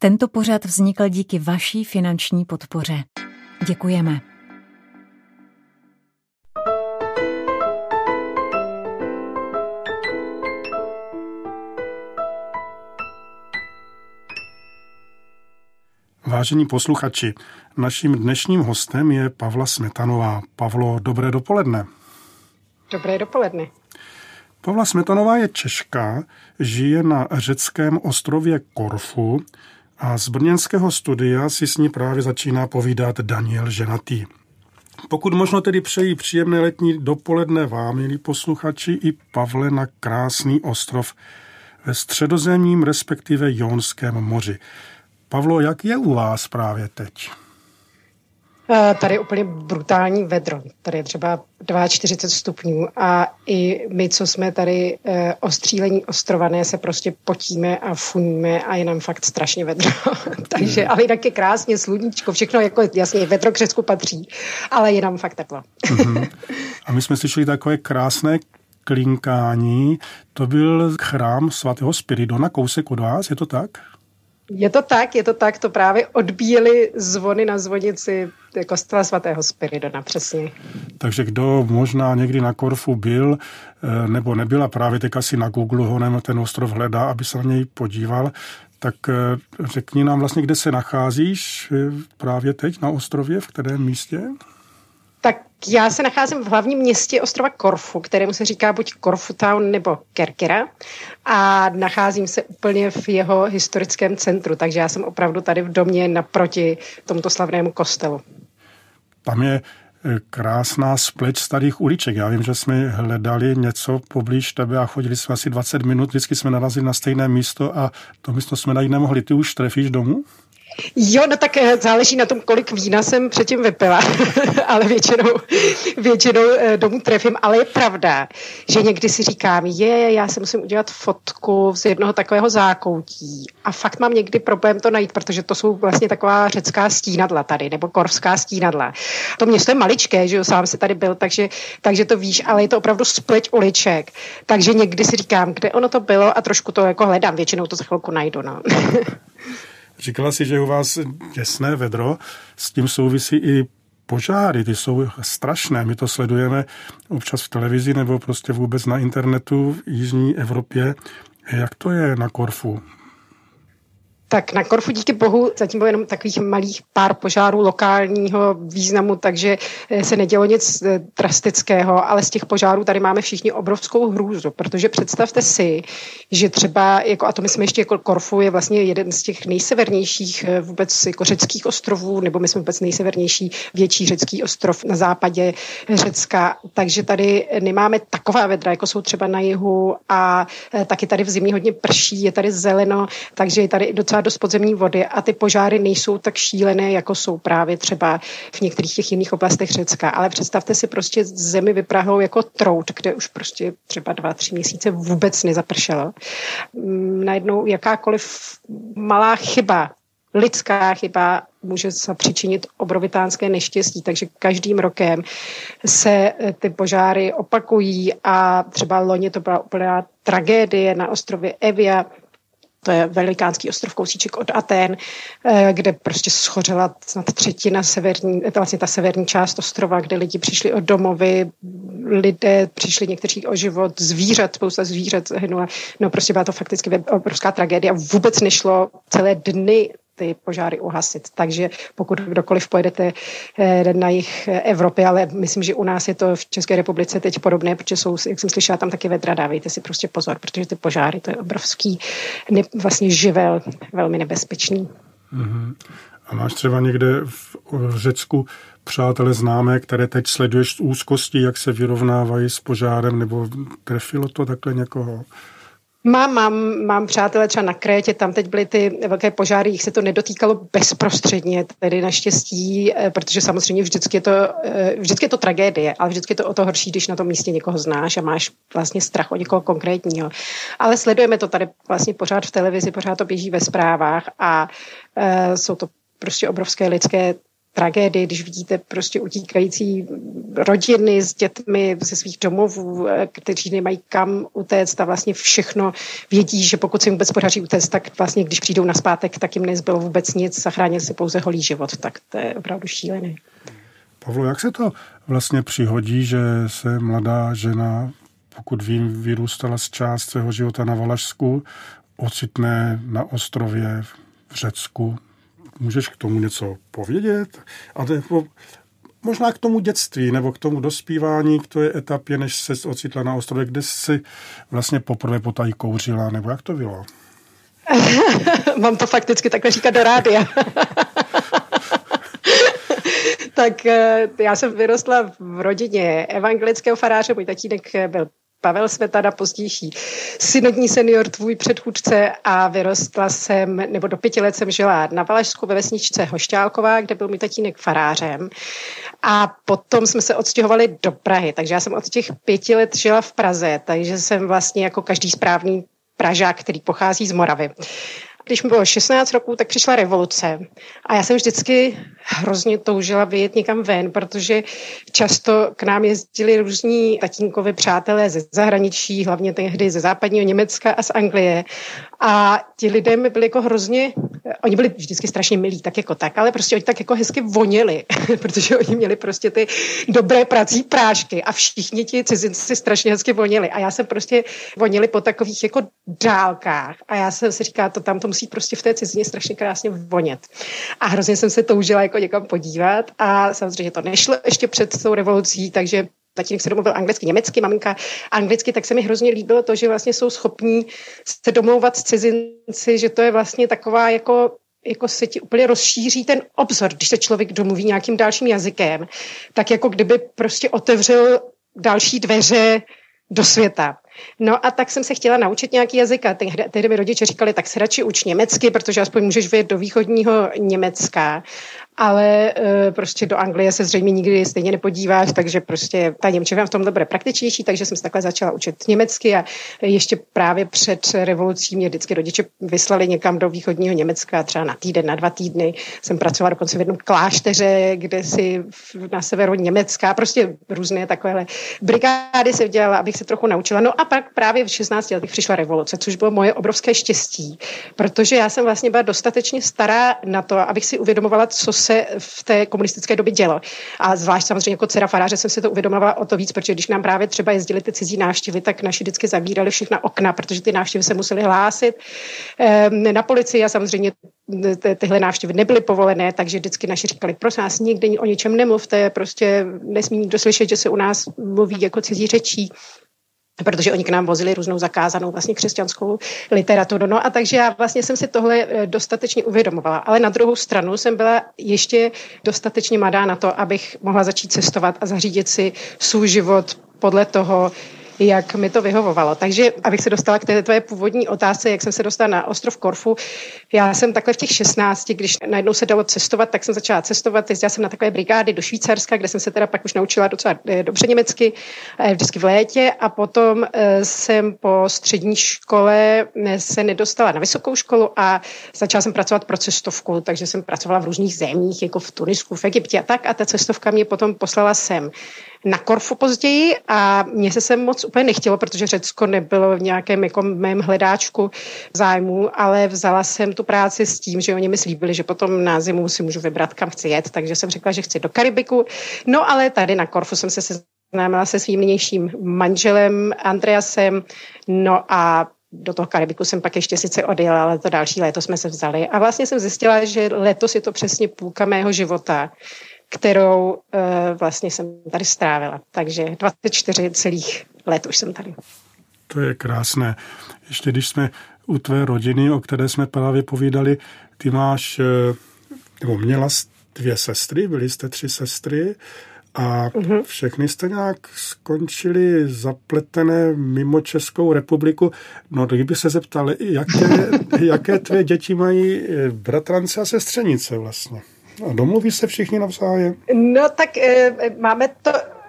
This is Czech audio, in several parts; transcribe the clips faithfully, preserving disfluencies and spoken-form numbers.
Tento pořad vznikl díky vaší finanční podpoře. Děkujeme. Vážení posluchači, naším dnešním hostem je Pavla Smetanová. Pavlo, dobré dopoledne. Dobré dopoledne. Pavla Smetanová je Češka, žije na řeckém ostrově Korfu a z brněnského studia si s ní právě začíná povídat Daniel Ženatý. Pokud možno tedy přeji příjemné letní dopoledne vám, milí posluchači, i Pavle na krásný ostrov ve Středozemním, respektive Jónském moři. Pavlo, jak je u vás právě teď? Tady je úplně brutální vedro. Tady je třeba čtyřicet dva stupňů a i my, co jsme tady e, ostřílení ostrované, se prostě potíme a funíme a je nám fakt strašně vedro. Takže, ale jinak je krásně, sluníčko, všechno jako jasně, vedro k Řecku patří, ale je nám fakt teplo. Mm-hmm. A my jsme slyšeli takové krásné klinkání. To byl chrám svatého Spiridona, kousek od vás, je to tak? Je to tak, je to tak, to právě odbíjeli zvony na zvonici kostela svatého Spiridona, přesně. Takže kdo možná někdy na Korfu byl, nebo nebyl a právě teď asi na Google ho ten ostrov hledá, aby se na něj podíval, tak řekni nám vlastně, kde se nacházíš právě teď na ostrově, v kterém místě? Tak já se nacházím v hlavním městě ostrova Korfu, kterému se říká buď Korfu Town nebo Kerkyra a nacházím se úplně v jeho historickém centru, takže já jsem opravdu tady v domě naproti tomuto slavnému kostelu. Tam je krásná spleč starých uliček. Já vím, že jsme hledali něco poblíž tebe a chodili jsme asi dvacet minut, vždycky jsme narazili na stejné místo a to místo jsme najít nemohli. Ty už trefíš domů? Jo, no tak záleží na tom, kolik vína jsem předtím vypila, ale většinou, většinou domů trefím, ale je pravda, že někdy si říkám, je, já si musím udělat fotku z jednoho takového zákoutí a fakt mám někdy problém to najít, protože to jsou vlastně taková řecká stínadla tady, nebo korfská stínadla. To město je maličké, že jo, sám si tady byl, takže, takže to víš, ale je to opravdu spleť uliček, takže někdy si říkám, kde ono to bylo a trošku to jako hledám, většinou to za chvilku najdu, no. Říkala si, že u vás děsné vedro, s tím souvisí i požáry, ty jsou strašné. My to sledujeme občas v televizi nebo prostě vůbec na internetu v jižní Evropě. Jak to je na Korfu? Tak na Korfu díky bohu zatím bylo jenom takových malých pár požárů lokálního významu, takže se nedělo nic drastického, ale z těch požárů tady máme všichni obrovskou hrůzu, protože představte si, že třeba, jako, a to my jsme ještě jako Korfu je vlastně jeden z těch nejsevernějších vůbec jako řeckých ostrovů, nebo my jsme vůbec nejsevernější větší řecký ostrov na západě Řecka, takže tady nemáme taková vedra, jako jsou třeba na jihu a taky tady v zimě hodně prší, je tady zeleno, takže je tady docela dost podzemní vody a ty požáry nejsou tak šílené, jako jsou právě třeba v některých těch jiných oblastech Řecka. Ale představte si prostě zemi vyprahlou jako trout, kde už prostě třeba dva, tři měsíce vůbec nezapršelo. Najednou jakákoliv malá chyba, lidská chyba může zapříčinit obrovitánské neštěstí, takže každým rokem se ty požáry opakují a třeba loni to byla úplná tragédie na ostrově Evia. To je velikánský ostrov kousíček od Athén, kde prostě schořela snad třetina severní, vlastně ta severní část ostrova, kde lidi přišli o domovy, lidé přišli někteří o život, zvířat, spousta zvířat hynula. No prostě byla to fakticky obrovská tragédie a vůbec nešlo celé dny ty požáry uhasit. Takže pokud kdokoliv pojedete na jih Evropy, ale myslím, že u nás je to v České republice teď podobné, protože jsou, jak jsem slyšela, tam taky vedra, dávejte si prostě pozor, protože ty požáry, to je obrovský ne, vlastně živel, velmi nebezpečný. Mm-hmm. A máš třeba někde v Řecku přátelé známé, které teď sleduješ z úzkostí, jak se vyrovnávají s požárem, nebo trefilo to takhle někoho? Mám, mám, mám přátelé třeba na Krétě, tam teď byly ty velké požáry, jich se to nedotýkalo bezprostředně, tedy naštěstí, protože samozřejmě vždycky je to, vždycky je to tragédie, ale vždycky je to o to horší, když na tom místě někoho znáš a máš vlastně strach o někoho konkrétního. Ale sledujeme to tady vlastně pořád v televizi, pořád to běží ve zprávách a e, jsou to prostě obrovské lidské tragédii, když vidíte prostě utíkající rodiny s dětmi ze svých domovů, kteří nemají kam utéct a vlastně všechno vědí, že pokud se jim vůbec podaří utéct, tak vlastně když přijdou nazpátek, tak jim nezbylo vůbec nic, zachránil si pouze holý život, tak to je opravdu šílené. Pavlo, jak se to vlastně přihodí, že se mladá žena, pokud vím, vyrůstala z část svého života na Valašsku, ocitne na ostrově v Řecku? Můžeš k tomu něco povědět? A to, možná k tomu dětství nebo k tomu dospívání, k té etapě, než se ocitla na ostrově, kde jsi vlastně poprvé potají kouřila, nebo jak to bylo? Mám to fakticky takhle říkat do rádia. Tak já jsem vyrostla v rodině evangelického faráře, můj tatínek byl Pavel Smetana, pozdější synodní senior, tvůj předchůdce, a vyrostla jsem, nebo do pěti let jsem žila na Valašsku ve vesničce Hošťálková, kde byl můj tatínek farářem, a potom jsme se odstěhovali do Prahy, takže já jsem od těch pěti let žila v Praze, takže jsem vlastně jako každý správný Pražák, který pochází z Moravy. Když mi bylo šestnáct roků, tak přišla revoluce a já jsem vždycky hrozně toužila vyjet někam ven, protože často k nám jezdili různí tatínkovi přátelé ze zahraničí, hlavně tehdy ze západního Německa a z Anglie. A ti lidé mi byli jako hrozně, oni byli vždycky strašně milí, tak jako tak, ale prostě oni tak jako hezky voněli, protože oni měli prostě ty dobré prací prášky a všichni ti cizinci strašně hezky voněli. A já jsem prostě vonili po takových jako dálkách a já jsem si říkala, to tam to musí prostě v té cizině strašně krásně vonět. A hrozně jsem se toužila jako někam podívat a samozřejmě to nešlo ještě před tou revolucí, takže tatínek se domluvil anglicky, německy, maminka anglicky, tak se mi hrozně líbilo to, že vlastně jsou schopní se domlouvat s cizinci, že to je vlastně taková jako jako se ti úplně rozšíří ten obzor, když se člověk domluví nějakým dalším jazykem, tak jako kdyby prostě otevřel další dveře do světa. No a tak jsem se chtěla naučit nějaký jazyk a tehdy, tehdy mi rodiče říkali, tak se radši uč německy, protože aspoň můžeš vyjet do východního Německa, ale e, prostě do Anglie se zřejmě nikdy stejně nepodíváš, takže prostě ta němčina v tomhle bude praktičnější, takže jsem se takhle začala učit německy a ještě právě před revolucí mě vždycky rodiče vyslali někam do východního Německa, třeba na týden, na dva týdny. Jsem pracovala dokonce v jednom klášteře, kde si na severu Německa, prostě různé takovéhle brigády se dělala, abych se trochu naučila. No a pak právě v šestnácti letech přišla revoluce, což bylo moje obrovské štěstí, protože já jsem vlastně byla dostatečně stará na to, abych si uvědomovala, co se v té komunistické době dělo. A zvlášť samozřejmě jako dcera faráře jsem si to uvědomovala o to víc, protože když nám právě třeba jezdili ty cizí návštěvy, tak naši vždycky zavírali všechna okna, protože ty návštěvy se musely hlásit na policii a samozřejmě tyhle návštěvy nebyly povolené, takže vždycky naši říkali, prosím nás, nikdy o ničem nemluvte, prostě nesmí nikdo slyšet, že se u nás mluví jako cizí řečí, protože oni k nám vozili různou zakázanou vlastně křesťanskou literaturu. No a takže já vlastně jsem si tohle dostatečně uvědomovala. Ale na druhou stranu jsem byla ještě dostatečně mladá na to, abych mohla začít cestovat a zařídit si svůj život podle toho, jak mi to vyhovovalo. Takže abych se dostala k té tvé původní otázce, jak jsem se dostala na ostrov Korfu, já jsem takhle v těch šestnácti, když najednou se dalo cestovat, tak jsem začala cestovat. Jezdila jsem na takové brigády do Švýcarska, kde jsem se teda pak už naučila docela dobře německy, vždycky v létě, a potom jsem po střední škole se nedostala na vysokou školu a začala jsem pracovat pro cestovku, takže jsem pracovala v různých zemích, jako v Tunisku, v Egyptě a tak, a ta cestovka mě potom poslala sem na Korfu později a mně se sem moc úplně nechtělo, protože Řecko nebylo v nějakém jako mém hledáčku zájmu, ale vzala jsem tu práci s tím, že oni mi slíbili, že potom na zimu si můžu vybrat, kam chci jet, takže jsem řekla, že chci do Karibiku. No ale tady na Korfu jsem se seznámila se svým nynějším manželem Andreasem, no a do toho Karibiku jsem pak ještě sice odjela, ale to další léto jsme se vzali. A vlastně jsem zjistila, že letos je to přesně půlka mého života, kterou uh, vlastně jsem tady strávila. Takže dvacet čtyři celých let už jsem tady. To je krásné. Ještě když jsme u tvé rodiny, o které jsme právě povídali, ty máš, nebo měla dvě sestry, byli jste tři sestry a uh-huh. všechny jste nějak skončili zapletené mimo Českou republiku. No, kdyby se zeptali, jaké, jaké tvé děti mají bratrance a sestřenice vlastně? A domluví se všichni navzájem? No tak e, máme to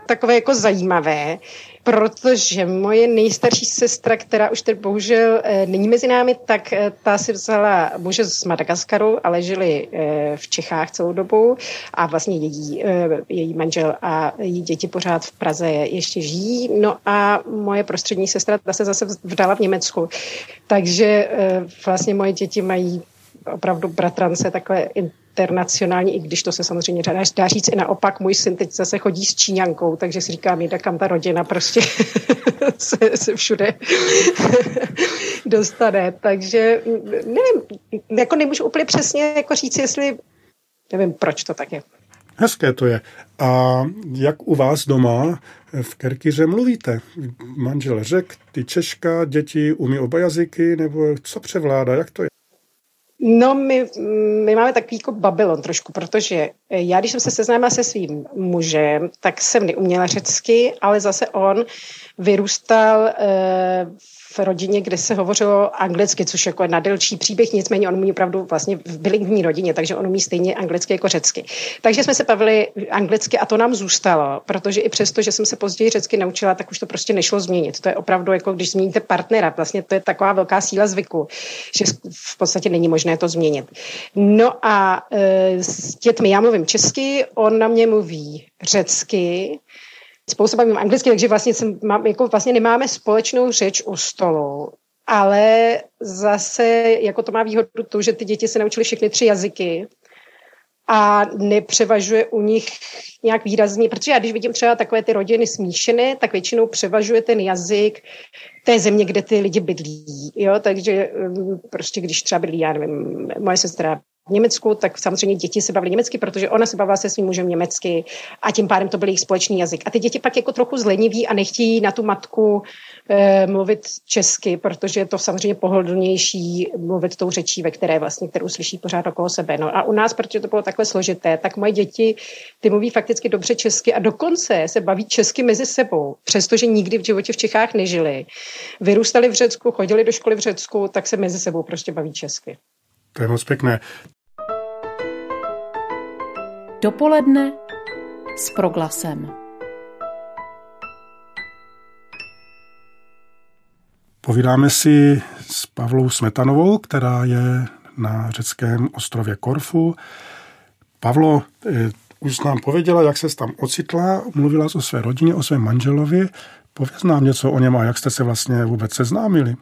takové jako zajímavé, protože moje nejstarší sestra, která už teď bohužel e, není mezi námi, tak e, ta si vzala muže z Madagaskaru, ale žili e, v Čechách celou dobu a vlastně její, e, její manžel a její děti pořád v Praze ještě žijí. No a moje prostřední sestra, ta se zase vdala v Německu. Takže e, vlastně moje děti mají opravdu bratrance takhle internacionální, i když to se samozřejmě dá, dá říct i naopak. Můj syn teď zase chodí s Číňankou, takže si říkám, jde kam ta rodina prostě se, se všude dostane. Takže nevím, jako nemůžu úplně přesně jako říct, jestli nevím, proč to tak je. Hezké to je. A jak u vás doma v Kerkyře mluvíte? Manžel Řek, ty Češka, děti umí oba jazyky, nebo co převládá, jak to je? No, my, my máme takový jako Babylon trošku, protože já, když jsem se seznámila se svým mužem, tak jsem neuměla řecky, ale zase on vyrůstal e, v rodině, kde se hovořilo anglicky, což jako je nadelší příběh, nicméně on umí opravdu vlastně v bilingvní rodině, takže on umí stejně anglicky jako řecky. Takže jsme se bavili anglicky a to nám zůstalo, protože i přesto, že jsem se později řecky naučila, tak už to prostě nešlo změnit. To je opravdu jako když změníte partnera, vlastně to je taková velká síla zvyku, že v podstatě není možné to změnit. No a e, s dětmi já mluvím česky, on na mě mluví řecky, spoustu bavím anglicky, takže vlastně, jsem, mám, jako vlastně nemáme společnou řeč u stolu, ale zase jako to má výhodu to, že ty děti se naučily všechny tři jazyky a nepřevažuje u nich nějak výrazně, protože já když vidím třeba takové ty rodiny smíšené, tak většinou převažuje ten jazyk té země, kde ty lidi bydlí, jo, takže prostě když třeba bydlí, já nevím, moje sestra v Německu, tak samozřejmě děti se bavily německy, protože ona se bavila se svým mužem německy a tím pádem to byl jejich společný jazyk. A ty děti pak jako trochu zleniví a nechtějí na tu matku e, mluvit česky, protože je to samozřejmě pohodlnější mluvit tou řečí, ve které vlastně, kterou slyší pořád okolo sebe. No a u nás, protože to bylo takhle složité, tak moje děti, ty mluví fakticky dobře česky a dokonce se baví česky mezi sebou, přestože nikdy v životě v Čechách nežili. Vyrůstali v Řecku, chodili do školy v Řecku, tak se mezi sebou prostě baví česky. To je moc pěkné. Dopoledne s Proglasem. Povídáme si s Pavlou Smetanovou, která je na řeckém ostrově Korfu. Pavlo, už nám pověděla, jak ses tam ocitla, mluvila o své rodině, o svém manželovi. Pověz nám něco o něm a jak jste se vlastně vůbec seznámili.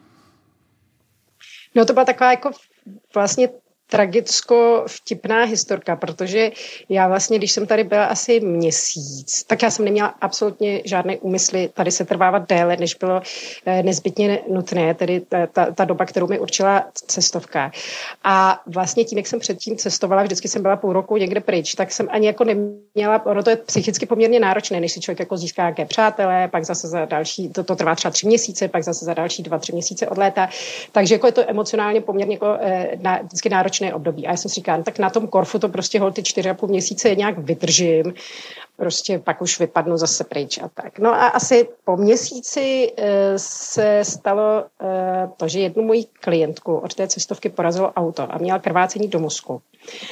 No to byla taková jako vlastně tragicko vtipná historka, protože já vlastně, když jsem tady byla asi měsíc, tak já jsem neměla absolutně žádné úmysly tady se trvávat déle, než bylo nezbytně nutné, tedy ta, ta, ta doba, kterou mi určila cestovka. A vlastně tím, jak jsem předtím cestovala, vždycky jsem byla půl roku někde pryč, tak jsem ani jako neměla, ono to je psychicky poměrně náročné, než si člověk jako získá nějaké přátelé, pak zase za další, to, to trvá třeba tři měsíce, pak zase za další dva, tři měsíce od léta, takže jako je to emocionálně poměrně jako, na, vždycky náročné období. A já jsem si říkala, no, tak na tom Korfu to prostě hol ty čtyři a půl měsíce nějak vydržím, prostě pak už vypadnu zase pryč a tak. No a asi po měsíci e, se stalo e, to, že jednu moji klientku od té cestovky porazilo auto a měla krvácení do mozku.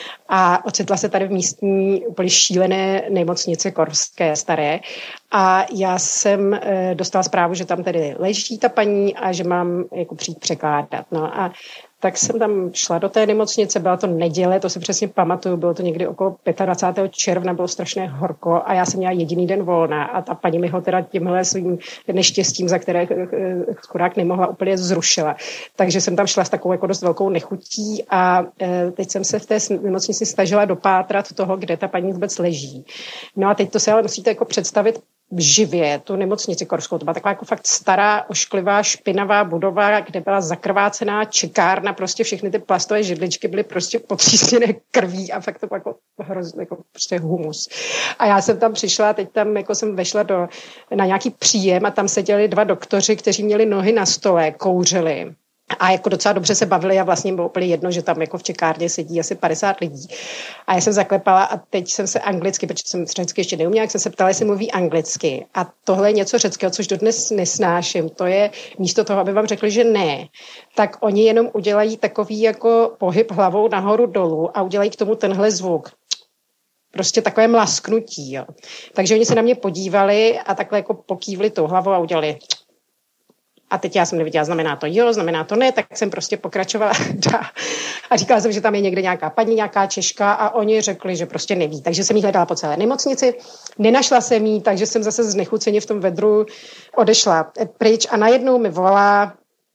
A ocitla se tady v místní úplně šílené nemocnici korfské staré a já jsem e, dostala zprávu, že tam tedy leží ta paní a že mám jako přijít překládat. No a tak jsem tam šla do té nemocnice, byla to neděle, to si přesně pamatuju, bylo to někdy okolo dvacátého pátého června, bylo strašné horko a já jsem měla jediný den volna a ta paní mi ho teda tímhle svým neštěstím, za které chudák nemohla, úplně zrušila. Takže jsem tam šla s takovou jako dost velkou nechutí a teď jsem se v té nemocnici snažila dopátrat toho, kde ta paní vůbec leží. No a teď to se ale musíte jako představit živě, tu nemocnici korskou. To byla taková jako fakt stará, ošklivá, špinavá budova, kde byla zakrvácená čekárna, prostě všechny ty plastové židličky byly prostě potřísněné krví a fakt to bylo jako hrozně, jako prostě humus. A já jsem tam přišla, teď tam jako jsem vešla do, na nějaký příjem a tam seděli dva doktoři, kteří měli nohy na stole, kouřili. A jako docela dobře se bavili a vlastně bylo úplně jedno, že tam jako v čekárně sedí asi padesát lidí. A já jsem zaklepala a teď jsem se anglicky, protože jsem řecky ještě neuměla, jak jsem se ptala, jestli mluví anglicky. A tohle je něco řeckého, což dodnes nesnáším. To je místo toho, aby vám řekli, že ne. Tak oni jenom udělají takový jako pohyb hlavou nahoru dolů a udělají k tomu tenhle zvuk. prostě takové mlasknutí. Jo. Takže oni se na mě podívali a takhle jako pokývli tou hlavou a udělali. A teď já jsem neviděla, znamená to jo, znamená to ne, tak jsem prostě pokračovala dál. A říkala jsem, že tam je někde nějaká paní, nějaká Češka a oni řekli, že prostě neví. Takže jsem jí hledala po celé nemocnici, nenašla jsem jí, takže jsem zase znechuceně v tom vedru odešla pryč a najednou mi volá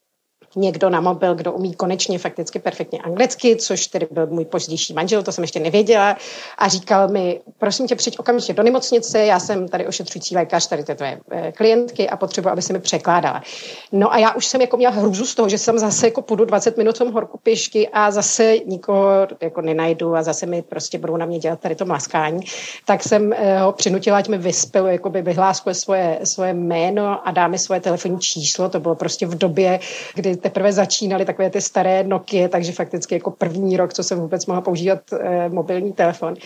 někdo na mobil, kdo umí konečně fakticky perfektně anglicky, což tedy byl můj pozdější manžel, to jsem ještě nevěděla, a říkal mi, prosím tě, přijď okamžitě do nemocnice, já jsem tady ošetřující lékař tady té tvé klientky a potřebuji, aby se mi překládala. No a já už jsem jako měla hrůzu z toho, že jsem zase jako půjdu dvacet minut v tom horku pěšky a zase nikoho jako nenajdu a zase mi prostě budou na mě dělat tady to mlaskání, tak jsem ho přinutila, ať mi vyspěl, jako by vyhláskuje svoje, svoje jméno a dá mi svoje telefonní číslo, to bylo prostě v době, kdy teprve začínaly takové ty staré Nokia, takže fakticky jako první rok, co jsem vůbec mohla používat e, mobilní telefon.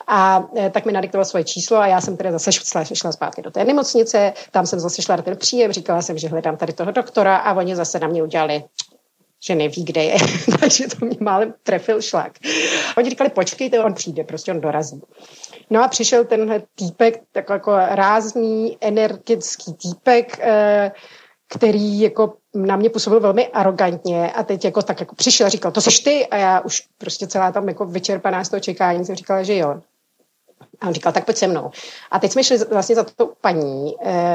A e, tak mi nadiktoval svoje číslo a já jsem teda zase šla, šla zpátky do té nemocnice, tam jsem zase šla na ten příjem, říkala jsem, že hledám tady toho doktora a oni zase na mě udělali, že neví, kde je, takže to mě málem trefil šlak. Oni říkali, počkejte, on přijde, prostě on dorazí. No a přišel tenhle týpek, takový jako rázný, energický týpek, e, který jako na mě působil velmi arrogantně a teď jako tak jako přišel a říkal, to seš ty? A já už prostě celá tam jako vyčerpaná z toho čekání jsem říkala, že jo. A on říkal, tak pojď se mnou. A teď jsme šli vlastně za tou paní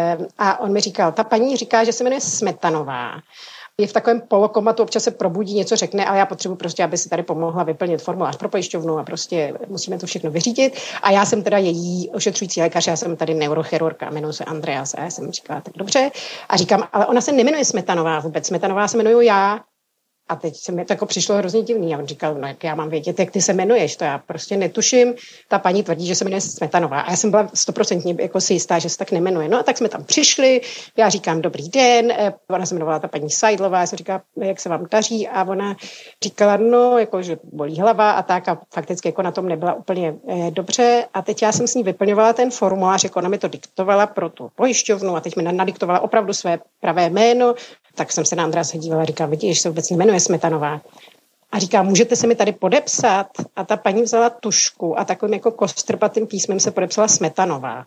a on mi říkal, ta paní říká, že se jmenuje Smetanová. Je v takovém polokomatu, občas se probudí, něco řekne, ale já potřebuji prostě, aby si tady pomohla vyplnit formulář pro pojišťovnu a prostě musíme to všechno vyřídit. A já jsem teda její ošetřující lékař, já jsem tady neurochirurka, jmenuji se Andreas a já jsem říkala, tak dobře. A říkám, ale ona se nemenuje Smetanová vůbec, Smetanová se jmenuju já. A teď se mi to jako přišlo hrozně divný. A on říkal, no jak já mám vědět, jak ty se jmenuješ, to já prostě netuším. Ta paní tvrdí, že se jmenuje Smetanová. A já jsem byla stoprocentně jako si jistá, že se tak nemenuje. No a tak jsme tam přišli, já říkám dobrý den, ona se jmenovala ta paní Seidlová, já jsem říkala, jak se vám daří, a ona říkala, no, jako, že bolí hlava a tak, a fakticky jako na tom nebyla úplně eh, dobře. A teď já jsem s ní vyplňovala ten formulář, jako ona mi to diktovala pro tu pojišťovnu a teď mi nadiktovala opravdu své pravé jméno. Tak jsem se na Andrease dívala a říkala, vidíš, se vůbec jmenuje Smetanová. A říká, můžete se mi tady podepsat? A ta paní vzala tušku a takovým jako kostrbatým písmem se podepsala Smetanová.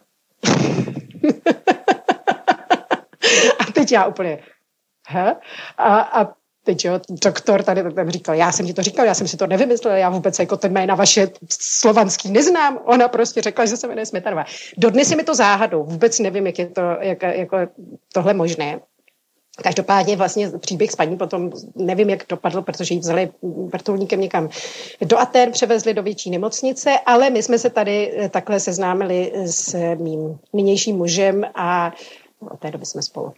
A teď já úplně, he? A, a teď jo, doktor tady tam říkal, já jsem ti to říkal, já jsem si to nevymyslela, já vůbec jako ten jména vaše slovanský neznám. Ona prostě řekla, že se jmenuje Smetanová. Dodnes je mi to záhadou, vůbec nevím, jak je to jak, jako tohle možné. Každopádně vlastně příběh s paní potom nevím, jak dopadl, protože ji vzali vrtulníkem někam do Aten, převezli do větší nemocnice, ale my jsme se tady takhle seznámili s mým nynějším mužem a od té doby jsme spolu.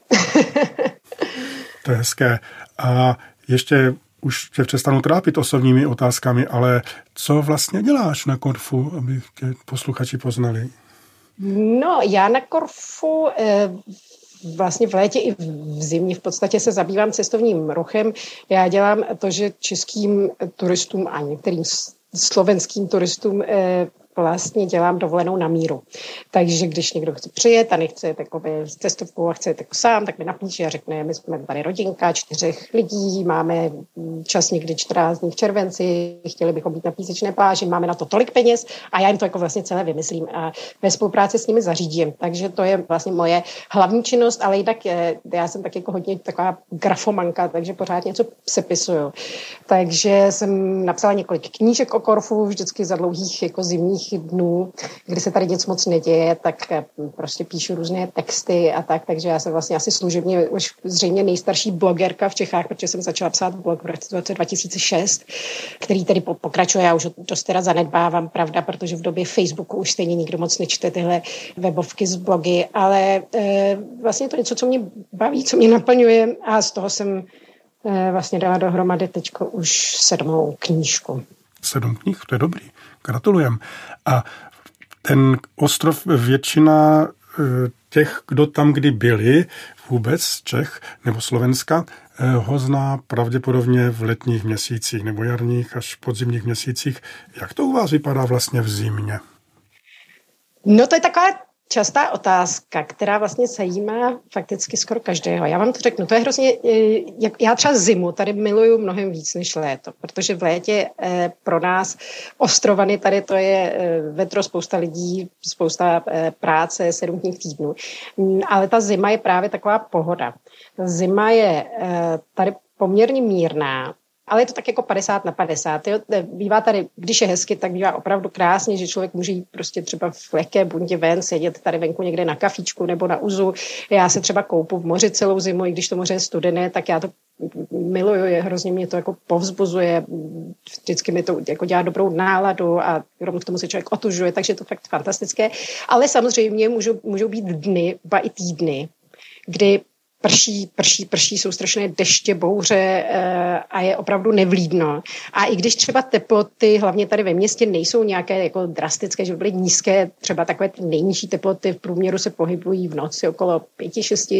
To je hezké. A ještě už tě přestanu trápit osobními otázkami, ale co vlastně děláš na Korfu, aby tě posluchači poznali? No, já na Korfu eh, vlastně v létě i v zimě v podstatě se zabývám cestovním ruchem. Já dělám to, že českým turistům a některým slovenským turistům eh, vlastně dělám dovolenou na míru. Takže když někdo chce přijet a nechce jet s cestovkou a chce jet jako sám, tak mi napíše a řekne, my jsme tady rodinka čtyřech lidí, máme čas někdy čtrnáct dní v červenci, chtěli bychom být na písečné pláži, máme na to tolik peněz a já jim to jako vlastně celé vymyslím a ve spolupráci s nimi zařídím. Takže to je vlastně moje hlavní činnost, ale jinak je, já jsem tak jako hodně taková grafomanka, takže pořád něco sepisuju. Takže jsem napsala několik knížek o Korfu, vždycky za dlouhých jako zimních dnů, kdy se tady nic moc neděje, tak prostě píšu různé texty a tak, takže já jsem vlastně asi služebně už zřejmě nejstarší blogerka v Čechách, protože jsem začala psát blog v roce dva tisíce šest, který tedy pokračuje, já už dost teda zanedbávám, pravda, protože v době Facebooku už stejně nikdo moc nečte tyhle webovky z blogy, ale e, vlastně to je něco, co mě baví, co mě naplňuje a z toho jsem e, vlastně dala dohromady teďko už sedmou knížku. Sedm knih, to je dobrý. Gratulujem. A ten ostrov, většina těch, kdo tam kdy byli, vůbec Čech nebo Slovenska, ho zná pravděpodobně v letních měsících nebo jarních až podzimních měsících. Jak to u vás vypadá vlastně v zimě? No to je taková častá otázka, která vlastně zajímá fakticky skoro každého. Já vám to řeknu, to je hrozně, jak já třeba zimu tady miluju mnohem víc než léto, protože v létě pro nás ostrovany tady to je vetro, spousta lidí, spousta práce, sedm dní v týdnu, ale ta zima je právě taková pohoda. Zima je tady poměrně mírná, ale je to tak jako padesát na padesát. Jo? Bývá tady, když je hezky, tak bývá opravdu krásně, že člověk může jít prostě třeba v lehké bundě ven, sedět tady venku někde na kafíčku nebo na uzu. Já se třeba koupu v moři celou zimu, i když to moře je studené, tak já to miluju, je, hrozně mě to jako povzbuzuje, vždycky mi to jako dělá dobrou náladu a k tomu se člověk otužuje, takže je to fakt fantastické. Ale samozřejmě můžou, můžou být dny, ba i týdny, kdy prší, prší, prší, jsou strašné deště, bouře e, a je opravdu nevlídno. A i když třeba teploty, hlavně tady ve městě, nejsou nějaké jako drastické, že by byly nízké, třeba takové ty nejnižší teploty v průměru se pohybují v noci okolo pět, šest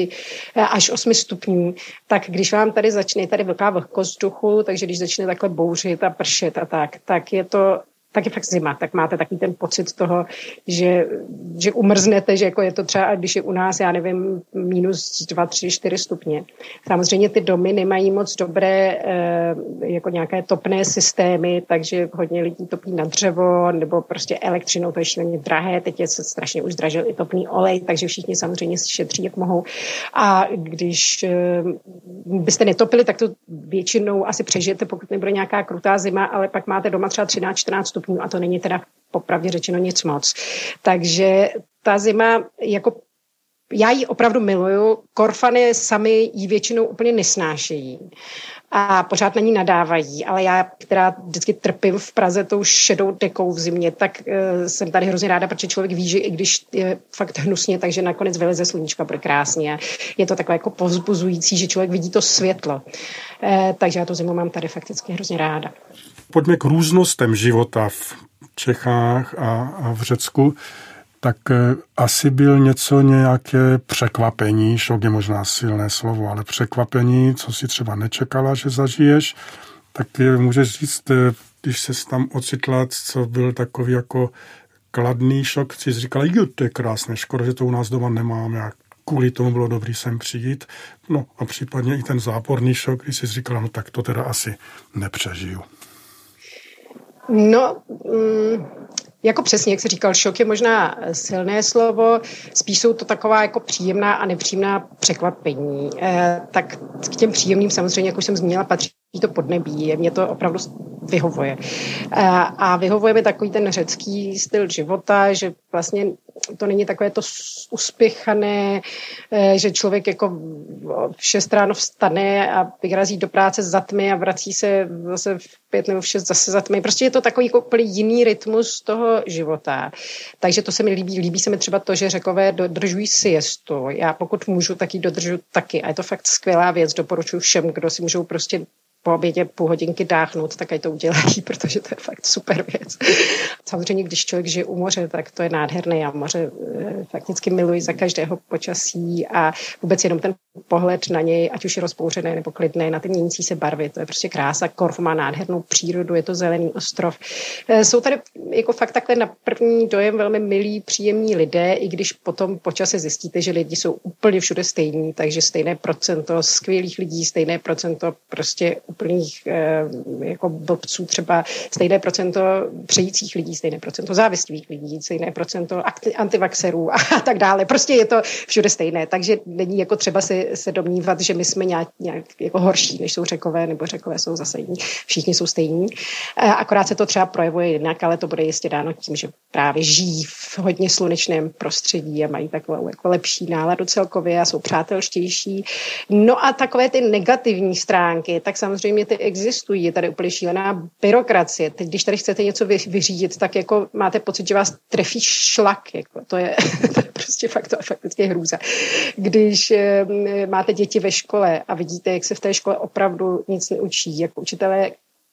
až osm stupňů, tak když vám tady začne, tady velká vlhkost vzduchu, takže když začne takhle bouřit a pršet a tak, tak je to tak je fakt zima, tak máte takový ten pocit toho, že, že umrznete, že jako je to třeba, když je u nás, já nevím, minus dva, tři, čtyři stupně. Samozřejmě ty domy nemají moc dobré jako nějaké topné systémy, takže hodně lidí topí na dřevo nebo prostě elektřinou, to je šíleně drahé, teď je se strašně už zdražil i topný olej, takže všichni samozřejmě šetří, jak mohou. A když byste netopili, tak to většinou asi přežijete, pokud nebude nějaká krutá zima, ale pak máte doma třeba třináct čtrnáct stupňů a to není teda popravdě řečeno nic moc. Takže ta zima, jako já ji opravdu miluju, Korfany sami ji většinou úplně nesnášejí a pořád na ní nadávají, ale já, která vždycky trpím v Praze tou šedou dekou v zimě, tak uh, jsem tady hrozně ráda, protože člověk ví, že i když je fakt hnusně, takže nakonec vyleze sluníčka, bude krásně. Je to takové jako povzbuzující, že člověk vidí to světlo. Uh, takže já tu zimu mám tady fakticky hrozně ráda. Pojďme k různostem života v Čechách a, a v Řecku. Tak asi byl něco, nějaké překvapení, šok je možná silné slovo, ale překvapení, co si třeba nečekala, že zažiješ, tak můžeš říct, když ses tam ocitla, co byl takový jako kladný šok, si říkala, jo, to je krásné, škoda, že to u nás doma nemám, já kvůli tomu bylo dobrý sem přijít, no a případně i ten záporný šok, když jsi říkala, no tak to teda asi nepřežiju. No, mm, jako přesně, jak jsi říkal, šok je možná silné slovo, spíš jsou to taková jako příjemná a nepříjemná překvapení. E, tak k těm příjemným samozřejmě, jak už jsem zmínila, patří to podnebí, mě to opravdu vyhovuje. E, a vyhovuje mi takový ten řecký styl života, že vlastně to není takové to uspěchané, že člověk jako v šest ráno vstane a vyrazí do práce za tmy a vrací se zase v pět nebo v šest zase za tmy. Prostě je to takový jako úplně jiný rytmus toho života. Takže to se mi líbí. Líbí se mi třeba to, že Řekové dodržují siestu. Já pokud můžu, tak ji dodržu taky. A je to fakt skvělá věc. Doporučuji všem, kdo si můžou prostě po obědě půl hodinky dáchnout, tak ať to udělají, protože to je fakt super věc. Samozřejmě, když člověk žije u moře, tak to je nádherné. Já moře fakticky miluji za každého počasí a vůbec jenom ten pohled na něj, ať už je rozbouřené nebo klidné, na ty měnící se barvy, to je prostě krása. Korfu má nádhernou přírodu, je to zelený ostrov. Jsou tady jako fakt takhle na první dojem velmi milí, příjemní lidé, i když potom po čase zjistíte, že lidi jsou úplně všude stejní, takže stejné procento skvělých lidí, stejné procento prostě úplných jako blbců, třeba stejné procento přejících lidí, stejné procento závistivých lidí, stejné procento antivaxerů a tak dále. Prostě je to všude stejné, takže není jako třeba si se domnívat, že my jsme nějak, nějak jako horší, než jsou Řekové, nebo Řekové jsou zase jiní. Všichni jsou stejní. Akorát se to třeba projevuje jinak, ale to bude jistě dáno tím, že právě žijí v hodně slunečném prostředí a mají takovou jako lepší náladu celkově a jsou přátelštější. No a takové ty negativní stránky, tak samozřejmě ty existují. Je tady úplně šílená byrokracie. Teď, když tady chcete něco vyřídit, tak jako máte pocit, že vás trefí šlak. Jako to, je, to je prostě fakt, to je fakticky hrůza. Když e, máte děti ve škole a vidíte, jak se v té škole opravdu nic neučí, jak učitelé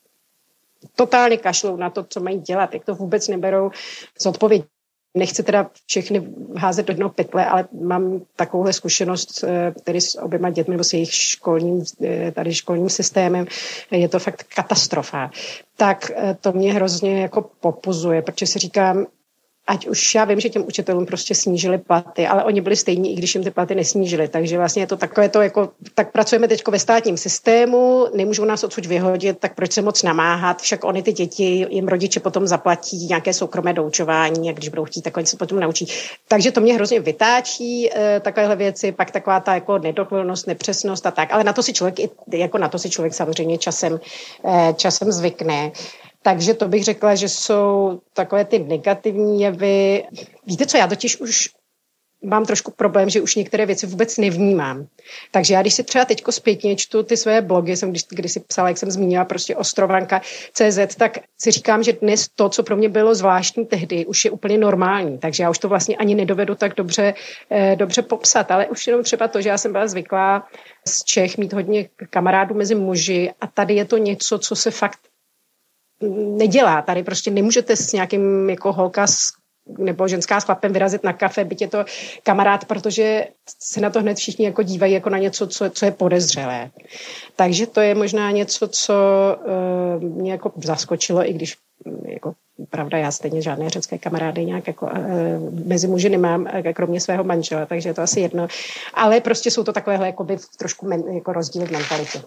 totálně kašlou na to, co mají dělat, jak to vůbec neberou zodpovědně. Nechci teda všechny házet do jednoho pytle, ale mám takovouhle zkušenost tedy s oběma dětmi nebo s jejich školním, tady školním systémem. Je to fakt katastrofa. Tak to mě hrozně jako popuzuje, protože si říkám, ať už já vím, že těm učitelům prostě snížili platy, ale oni byli stejní, i když jim ty platy nesnížili. Takže vlastně je to takové to, jako, tak pracujeme teď ve státním systému, nemůžou nás odsud vyhodit, tak proč se moc namáhat? Však oni ty děti, jim rodiče potom zaplatí nějaké soukromé doučování a když budou chtít, tak oni se potom naučí. Takže to mě hrozně vytáčí e, takovéhle věci, pak taková ta jako nedokonalnost, nepřesnost a tak. Ale na to si člověk, jako na to si člověk samozřejmě časem, e, časem zvykne. Takže to bych řekla, že jsou takové ty negativní jevy. Víte co, já totiž už mám trošku problém, že už některé věci vůbec nevnímám. Takže já, když si třeba teďko zpětně čtu ty své blogy, jsem když, když si psala, jak jsem zmínila, prostě Ostrovanka tečka cé zet, tak si říkám, že dnes to, co pro mě bylo zvláštní tehdy, už je úplně normální. Takže já už to vlastně ani nedovedu tak dobře, eh, dobře popsat. Ale už jenom třeba to, že já jsem byla zvyklá z Čech mít hodně kamarádů mezi muži a tady je to něco, co se fakt nedělá. Tady prostě nemůžete s nějakým jako holka s, nebo ženská s chlapem vyrazit na kafe, byť je to kamarád, protože se na to hned všichni jako dívají jako na něco, co, co je podezřelé. Takže to je možná něco, co uh, mě jako zaskočilo, i když jako pravda, já stejně žádné řecké kamarády nějak jako uh, mezi muži nemám, kromě svého manžela, takže je to asi jedno. Ale prostě jsou to takovéhle jako by trošku men, jako rozdíly v mentalitě.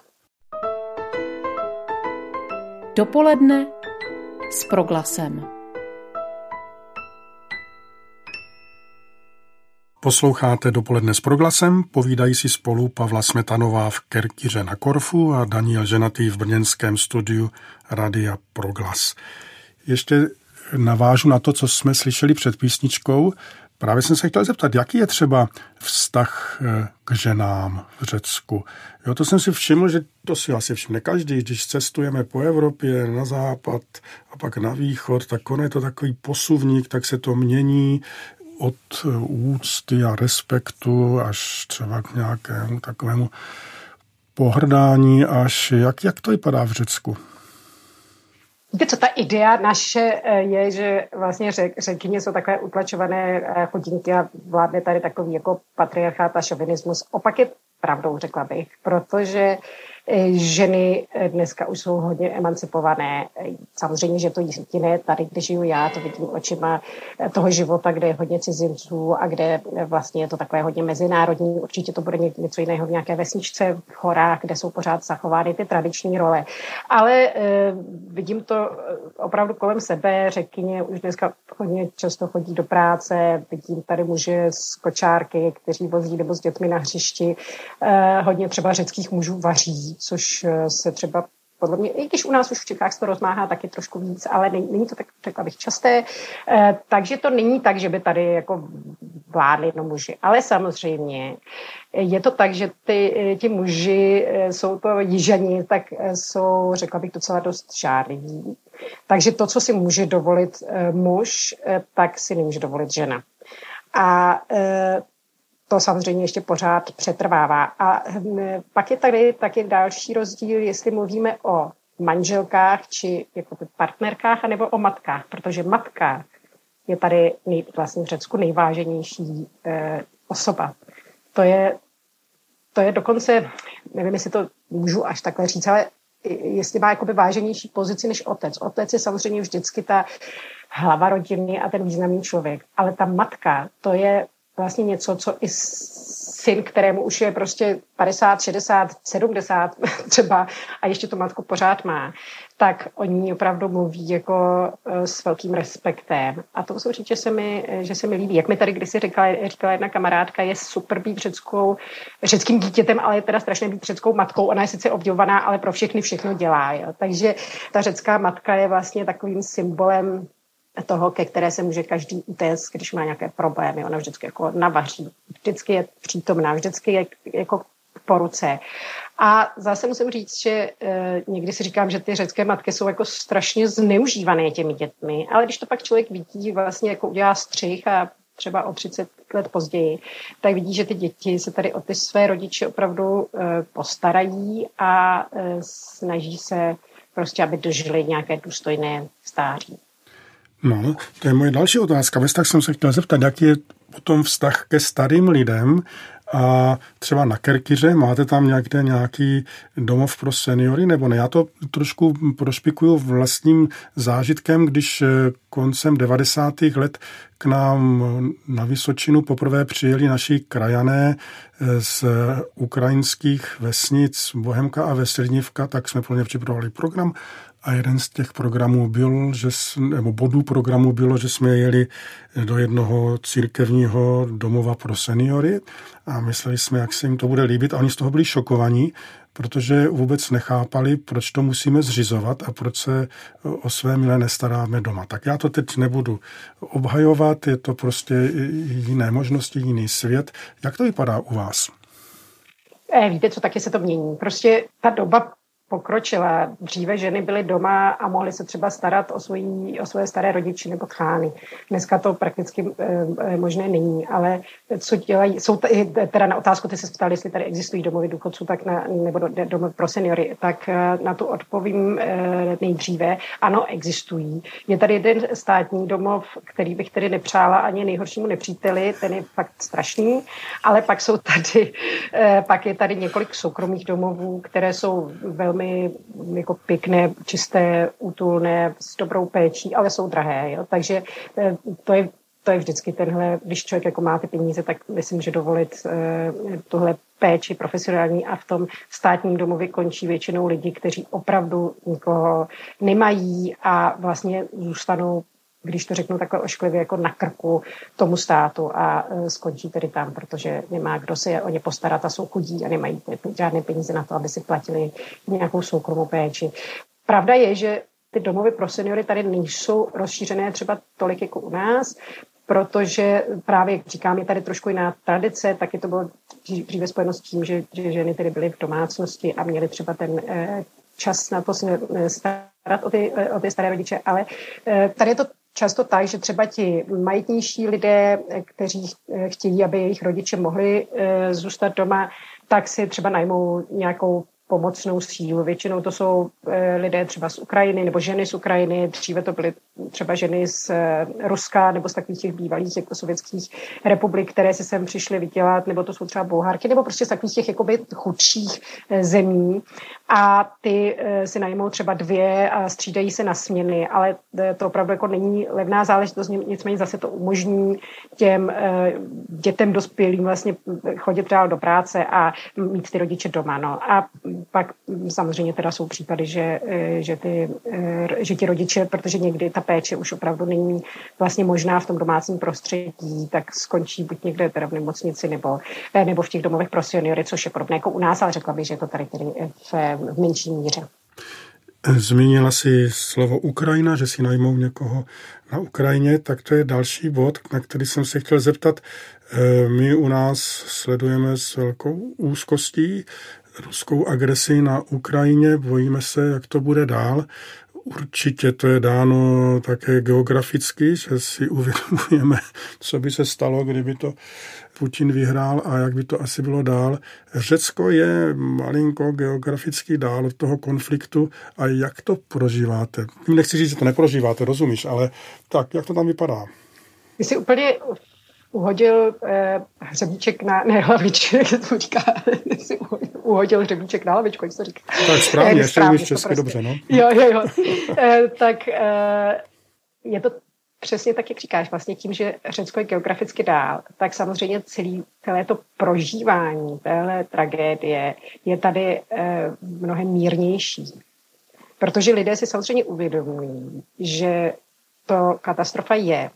Dopoledne s Proglasem. Posloucháte Dopoledne s Proglasem, povídají si spolu Pavla Smetanová v Kerkyře na Korfu a Daniel Ženatý v brněnském studiu Radia Proglas. Ještě navážu na to, co jsme slyšeli před písničkou. Právě jsem se chtěl zeptat, jaký je třeba vztah k ženám v Řecku. Jo, to jsem si všiml, že to si asi všimne každý, když cestujeme po Evropě na západ a pak na východ, tak ono je to takový posuvník, tak se to mění od úcty a respektu až třeba k nějakému takovému pohrdání, až jak, jak to vypadá v Řecku? Víte co, ta idea naše je, že vlastně řek, řekyně jsou takové utlačované chudinky a vládne tady takový jako patriarchát a šovinismus. Opak je pravdou, řekla bych, protože ženy dneska už jsou hodně emancipované. Samozřejmě, že to jediné tady, kde žiju já, to vidím očima toho života, kde je hodně cizinců a kde vlastně je to takové hodně mezinárodní. Určitě to bude něco jiného v nějaké vesničce v horách, kde jsou pořád zachovány ty tradiční role. Ale eh, vidím to opravdu kolem sebe. Řekyně už dneska hodně často chodí do práce. Vidím tady muže z kočárky, kteří vozí nebo s dětmi na hřišti. Eh, hodně třeba řeckých mužů vaří, což se třeba podle mě, i když u nás už v Čechách se to rozmáhá taky trošku víc, ale není, není to tak, řekla bych, časté. E, takže to není tak, že by tady jako vládli jedno muži. Ale samozřejmě je to tak, že ty, ti muži jsou to jižani, tak jsou, řekla bych, docela dost žárliví. Takže to, co si může dovolit muž, tak si nemůže dovolit žena. A e, to samozřejmě ještě pořád přetrvává. A pak je tady taky další rozdíl, jestli mluvíme o manželkách či jako partnerkách, anebo o matkách, protože matka je tady nej, vlastně v Řecku nejváženější eh, osoba. To je, to je dokonce, nevím, jestli to můžu až takhle říct, ale jestli má jakoby váženější pozici než otec. Otec je samozřejmě vždycky ta hlava rodiny a ten významný člověk, ale ta matka, to je vlastně něco, co i syn, kterému už je prostě padesát, šedesát, sedmdesát třeba a ještě tu matku pořád má, tak o ní opravdu mluví jako s velkým respektem. A to musím říct, že se mi, že se mi líbí. Jak mi tady kdysi říkala, říkala jedna kamarádka, je super být řeckou, řeckým dítětem, ale je teda strašně být řeckou matkou. Ona je sice obdivovaná, ale pro všechny všechno dělá. Jo. Takže ta řecká matka je vlastně takovým symbolem toho, ke které se může každý utéct, když má nějaké problémy. Ona vždycky jako navaří, vždycky je přítomná, vždycky je jako po ruce. A zase musím říct, že e, někdy si říkám, že ty řecké matky jsou jako strašně zneužívané těmi dětmi, ale když to pak člověk vidí, vlastně jako udělá střih a třeba o třicet let později, tak vidí, že ty děti se tady o ty své rodiče opravdu e, postarají a e, snaží se prostě, aby dožili nějaké důstojné stáří. No, to je moje další otázka. Ve vztah jsem se chtěl zeptat, jaký je potom vztah ke starým lidem A třeba na Kerkyře máte tam někde nějaký domov pro seniory, nebo ne? Já to trošku prošpikuju vlastním zážitkem, když koncem devadesátých let k nám na Vysočinu poprvé přijeli naši krajané z ukrajinských vesnic Bohemka a Veselnivka, tak jsme pro ně připravovali program. A jeden z těch programů byl, že, nebo bodů programu bylo, že jsme jeli do jednoho církevního domova pro seniory a mysleli jsme, jak se jim to bude líbit. A oni z toho byli šokovaní, protože vůbec nechápali, proč to musíme zřizovat a proč se o své milé nestaráme doma. Tak já to teď nebudu obhajovat, je to prostě jiné možnosti, jiný svět. Jak to vypadá u vás? Eh, víte co, taky se to mění. Prostě ta doba pokročila. Dříve ženy byly doma a mohly se třeba starat o, svojí, o svoje staré rodiče nebo tchány. Dneska to prakticky e, možné není, ale co dělají, jsou t- teda na otázku, ty se ptali, jestli tady existují domovy důchodců, tak na, nebo domovy pro seniory, tak na to odpovím e, nejdříve. Ano, existují. Je tady jeden státní domov, který bych tedy nepřála ani nejhoršímu nepříteli, ten je fakt strašný, ale pak jsou tady, e, pak je tady několik soukromých domovů, které jsou velmi jako pěkné, čisté, útulné, s dobrou péčí, ale jsou drahé. Jo? Takže to je, to je vždycky tenhle, když člověk jako má ty peníze, tak myslím, že dovolit eh, tuhle péči profesionální a v tom státním domově končí většinou lidi, kteří opravdu nikoho nemají a vlastně zůstanou, když to řeknu takhle ošklivě, jako na krku tomu státu a skončí tedy tam, protože nemá kdo se o ně postarat a jsou chudí a nemají žádné peníze na to, aby si platili nějakou soukromou péči. Pravda je, že ty domovy pro seniory tady nejsou rozšířené třeba tolik jako u nás, protože právě, jak říkám, je tady trošku jiná tradice, taky to bylo dříve spojeno s tím, že, že ženy tedy byly v domácnosti a měly třeba ten eh, čas na to se starat o ty, o ty staré rodiče, ale eh, tady je to často tak, že třeba ti majetnější lidé, kteří chtějí, aby jejich rodiče mohli e, zůstat doma, tak si třeba najmou nějakou pomocnou sílu. Většinou to jsou e, lidé třeba z Ukrajiny nebo ženy z Ukrajiny, dříve to byly třeba ženy z e, Ruska nebo z takových těch bývalých jako sovětských republik, které si sem přišly vydělat, nebo to jsou třeba Bulharky, nebo prostě z takových těch jakoby chudších e, zemí. A ty e, si najmou třeba dvě a střídají se na směny, ale to opravdu jako není levná záležitost, nicméně zase to umožní těm e, dětem dospělým vlastně chodit dál do práce a mít ty rodiče doma. No. A pak samozřejmě teda jsou případy, že, že, ty, že ti rodiče, protože někdy ta péče už opravdu není vlastně možná v tom domácím prostředí, tak skončí buď někde teda v nemocnici nebo, nebo v těch domovech pro seniory, což je podobné jako u nás, ale řekla bych, že je to tady, tady v, v menší míře. Zmínila si slovo Ukrajina, že si najmou někoho na Ukrajině, tak to je další bod, na který jsem se chtěl zeptat. My u nás sledujeme s velkou úzkostí ruskou agresi na Ukrajině, bojíme se, jak to bude dál. Určitě to je dáno také geograficky, že si uvědomujeme, co by se stalo, kdyby to Putin vyhrál a jak by to asi bylo dál. Řecko je malinko geograficky dál od toho konfliktu a jak to prožíváte? Nechci říct, že to neprožíváte, rozumíš, ale tak, jak to tam vypadá? Ty jsi úplně uhodil eh, hřebíček na, ne hlaviček, jak to říká, jsi uhodil hřebíček na hlavičku, jak to říká. Tak správně, ještě umíš česky, dobře, no. Jo, jo, jo. eh, tak eh, je to přesně tak, jak říkáš, vlastně tím, že Řecko je geograficky dál, tak samozřejmě celý, celé to prožívání téhle tragédie je tady eh, mnohem mírnější. Protože lidé si samozřejmě uvědomují, že to katastrofa je.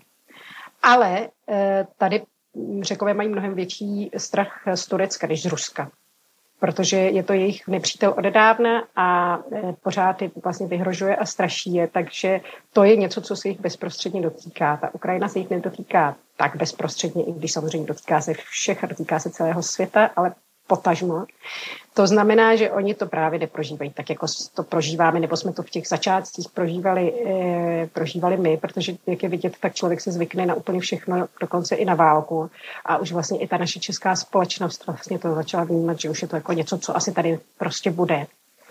Ale eh, tady Řekové mají mnohem větší strach z Turecka než z Ruska. Protože je to jejich nepřítel odedávna a eh, pořád je vlastně vyhrožuje a straší je. Takže to je něco, co se jich bezprostředně dotýká. Ta Ukrajina se jich nedotýká tak bezprostředně, i když samozřejmě dotýká se všech a dotýká se celého světa, ale potažmo. To znamená, že oni to právě neprožívají tak, jako to prožíváme, nebo jsme to v těch začátcích prožívali, eh, prožívali my, protože jak je vidět, tak člověk se zvykne na úplně všechno, dokonce i na válku. A už vlastně i ta naše česká společnost vlastně to začala vnímat, že už je to jako něco, co asi tady prostě bude.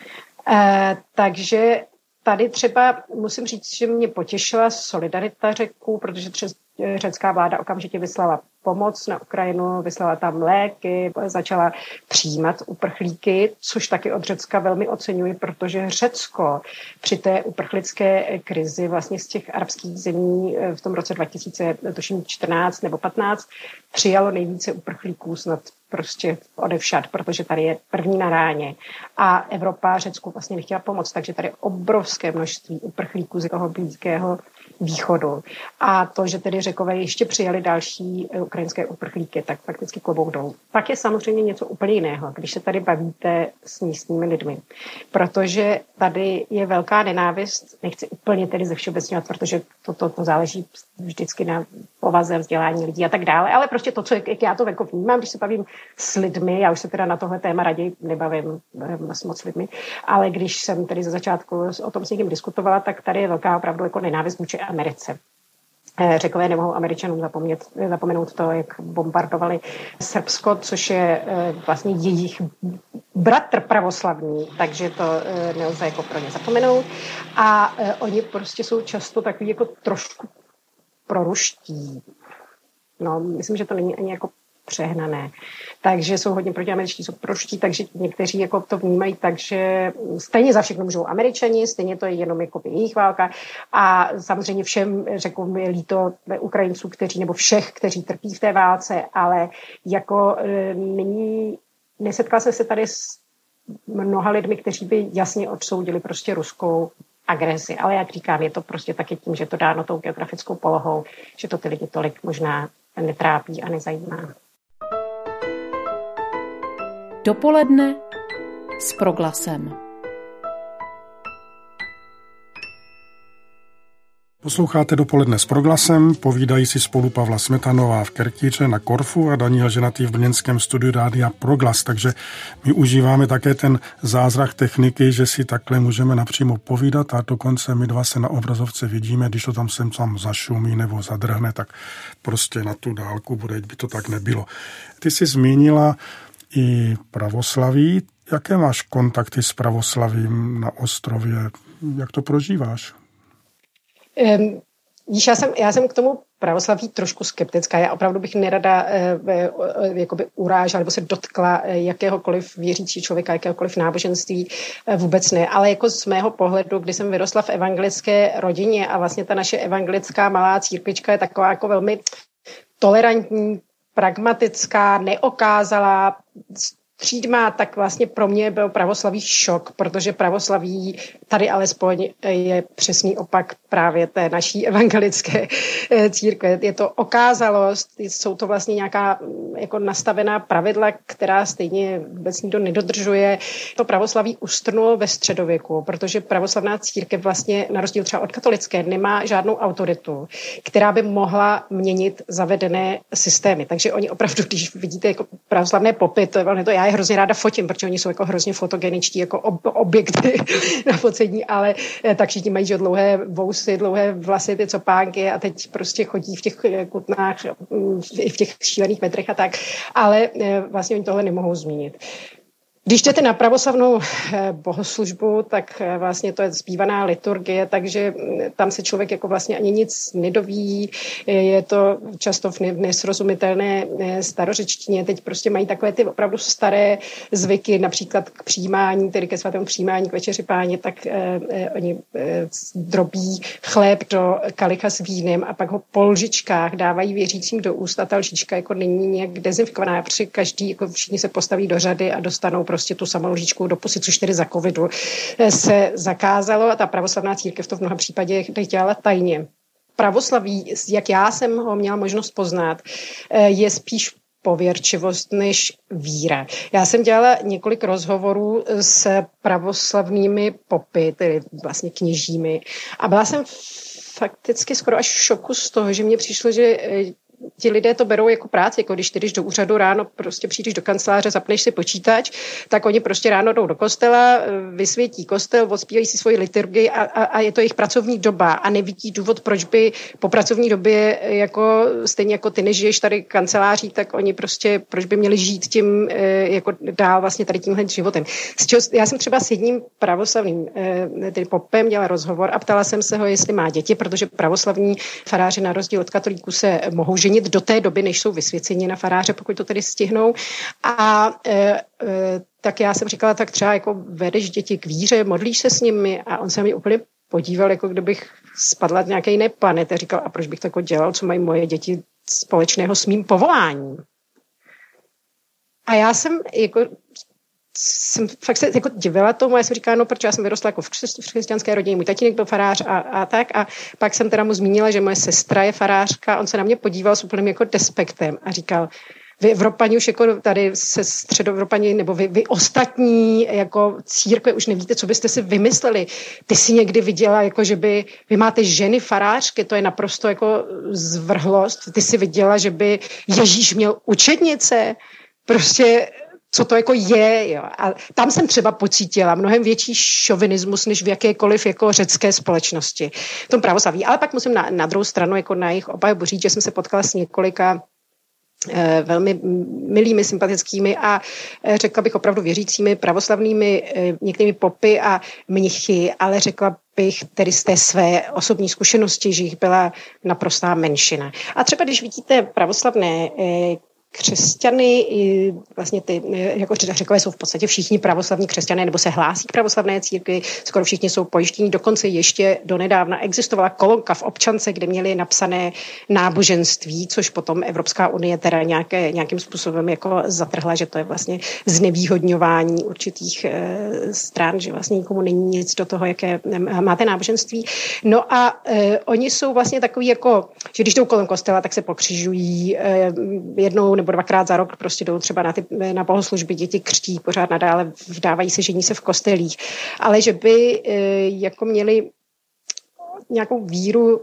Eh, takže tady třeba musím říct, že mě potěšila solidarita Řeků, protože řecká vláda okamžitě vyslala pomoc na Ukrajinu, vyslala tam léky, začala přijímat uprchlíky, což taky od Řecka velmi oceňuji, protože Řecko při té uprchlické krizi vlastně z těch arabských zemí v tom roce dva tisíce čtrnáct nebo patnáct přijalo nejvíce uprchlíků snad prostě odevšad, protože tady je první na ráně. A Evropa Řecku vlastně nechtěla pomoct, takže tady je obrovské množství uprchlíků z toho blízkého východu. A to, že tedy Řekové ještě přijali další ukrajinské uprchlíky, tak fakticky klobouk dolů. Pak je samozřejmě něco úplně jiného, když se tady bavíte s místními lidmi. Protože tady je velká nenávist, nechci úplně tedy ze všeobecňovat, protože to, to, to záleží vždycky na povaze, vzdělání lidí a tak dále, ale prostě to, co jak já to jako vnímám, když se bavím s lidmi, já už se teda na tohle téma raději nebavím s moc lidmi, ale když jsem tedy ze začátku o tom s někým diskutovala, tak tady je velká opravdu jako nenávist vůči Americe. Řekové nemohou Američanům zapomnět, zapomenout to, jak bombardovali Srbsko, což je vlastně jejich bratr pravoslavný, takže to nelze jako pro ně zapomenout. A oni prostě jsou často takový jako trošku proruští. No, myslím, že to není ani jako přehnané. Takže jsou hodně protiameričtí, jsou proruští, takže někteří jako to vnímají tak, že stejně za všechno můžou Američani, stejně to je jenom jako jejich válka a samozřejmě všem, řekl mi, líto Ukrajinců, kteří, nebo všech, kteří trpí v té válce, ale jako není, nesetkala jsem se tady s mnoha lidmi, kteří by jasně odsoudili prostě ruskou agresi, ale jak říkám, je to prostě taky tím, že to dáno tou geografickou polohou, že to ty lidi tolik možná netrápí a nezajímá. Dopoledne s Proglasem. Posloucháte Dopoledne s Proglasem, povídají si spolu Pavla Smetanová v Kertíře na Korfu a Daniel Ženatý v brněnském studiu Rádia Proglas, takže my užíváme také ten zázrak techniky, že si takhle můžeme napřímo povídat a dokonce my dva se na obrazovce vidíme, když to tam sem tam zašumí nebo zadrhne, tak prostě na tu dálku bude, by to tak nebylo. Ty jsi zmínila i pravoslaví. Jaké máš kontakty s pravoslavím na ostrově? Jak to prožíváš? Um, víš, já jsem, já jsem k tomu pravoslaví trošku skeptická. Já opravdu bych nerada eh, eh, jakoby urážela nebo se dotkla eh, jakéhokoliv věřící člověka, jakéhokoliv náboženství, eh, vůbec ne. Ale jako z mého pohledu, kdy jsem vyrostla v evangelické rodině a vlastně ta naše evangelická malá církvička je taková jako velmi tolerantní, pragmatická, neokázalá, střídmá, tak vlastně pro mě byl pravoslaví šok, protože pravoslaví tady alespoň je přesný opak právě té naší evangelické církve. Je to okázalost, jsou to vlastně nějaká jako nastavená pravidla, která stejně vůbec nikdo nedodržuje. To pravoslaví ustrnulo ve středověku, protože pravoslavná církev vlastně na rozdíl třeba od katolické nemá žádnou autoritu, která by mohla měnit zavedené systémy. Takže oni opravdu, když vidíte jako pravoslavné popy, to je to já je hrozně ráda fotím, protože oni jsou jako hrozně fotogeničtí jako ob, objekty na focení, ale tak všichni mají že dlouhé vousy, dlouhé vlasy, ty copánky a teď prostě chodí v těch kutnách, i v těch šílených metrech a tak, ale vlastně oni tohle nemohou zmínit. Když jdete na pravoslavnou bohoslužbu, tak vlastně to je zpívaná liturgie, takže tam se člověk jako vlastně ani nic nedoví, je to často v nesrozumitelné starořečtině, teď prostě mají takové ty opravdu staré zvyky, například k přijímání, tedy ke svatému přijímání, k večeři Páně, tak eh, oni eh, drobí chléb do kalicha s vínem a pak ho po lžičkách dávají věřícím do úst a ta lžička jako není nějak dezinfikovaná, protože každý, jako všichni se postaví do řady a dostanou prostě tu samou lžičku do pusy, což tedy za covidu se zakázalo a ta pravoslavná církev to v mnoha případech dělala tajně. Pravoslaví, jak já jsem ho měla možnost poznat, je spíš pověrčivost než víra. Já jsem dělala několik rozhovorů s pravoslavnými popy, tedy vlastně kněžími, a byla jsem fakticky skoro až v šoku z toho, že mně přišlo, že ti lidé to berou jako práci, jako když ty jdeš do úřadu ráno, prostě přijdeš do kanceláře, zapneš si počítač, tak oni prostě ráno jdou do kostela, vysvětí kostel, odspívají si svoji liturgii a, a, a je to jejich pracovní doba a nevidí důvod, proč by po pracovní době, jako stejně jako ty nežiješ tady kanceláří, tak oni prostě, proč by měli žít tím jako dál vlastně tady tímhle životem. Já jsem třeba s jedním pravoslavným tedy popem dělala rozhovor a ptala jsem se ho, jestli má děti, protože pravoslavní faráři na rozdíl od katolíků se mohou ženit do té doby, než jsou vysvěceni na faráře, pokud to tedy stihnou. A e, e, tak já jsem říkala, tak třeba jako vedeš děti k víře, modlíš se s nimi a on se mi úplně podíval, jako kdybych spadla z nějaké jiné planety. Říkal, a proč bych to jako dělal, co mají moje děti společného s mým povoláním. A já jsem jako jsem fakt se jako divila tomu, já jsem říkala, no protože já jsem vyrostla jako v křesťanské rodině, můj tatínek byl farář a, a tak a pak jsem teda mu zmínila, že moje sestra je farářka, on se na mě podíval s úplným jako despektem a říkal, vy Evropani už jako tady se středoevropani, nebo vy, vy ostatní jako církve už nevíte, co byste si vymysleli. Ty si někdy viděla, jako že by, vy máte ženy farářky, to je naprosto jako zvrhlost. Ty si viděla, že by Ježíš měl učednice, prostě co to jako je. Jo. A tam jsem třeba pocítila mnohem větší šovinismus, než v jakékoliv jako řecké společnosti. V tom pravoslaví. Ale pak musím na, na druhou stranu jako na jejich obhajobu říct, že jsem se potkala s několika eh, velmi milými, sympatickými a eh, řekla bych opravdu věřícími pravoslavnými eh, některými popy a mnichy, ale řekla bych tedy z té své osobní zkušenosti, že jich byla naprostá menšina. A třeba když vidíte pravoslavné eh, křesťany, vlastně ty, jako Řekové jsou v podstatě všichni pravoslavní křesťané, nebo se hlásí k pravoslavné církvi, skoro všichni jsou pojištění, dokonce ještě donedávna existovala kolonka v občance, kde měli napsané náboženství, což potom Evropská unie teda nějaké, nějakým způsobem jako zatrhla, že to je vlastně znevýhodňování určitých e, stran, že vlastně nikomu není nic do toho, jaké máte náboženství. No a e, oni jsou vlastně takový jako, že když jdou kolem kostela, tak se pokřižují e, jednou nebo dvakrát za rok prostě jdou třeba na, ty, na bohoslužby, děti křtí, pořád nadále vdávají se, žení se v kostelích. Ale že by e, jako měli nějakou víru,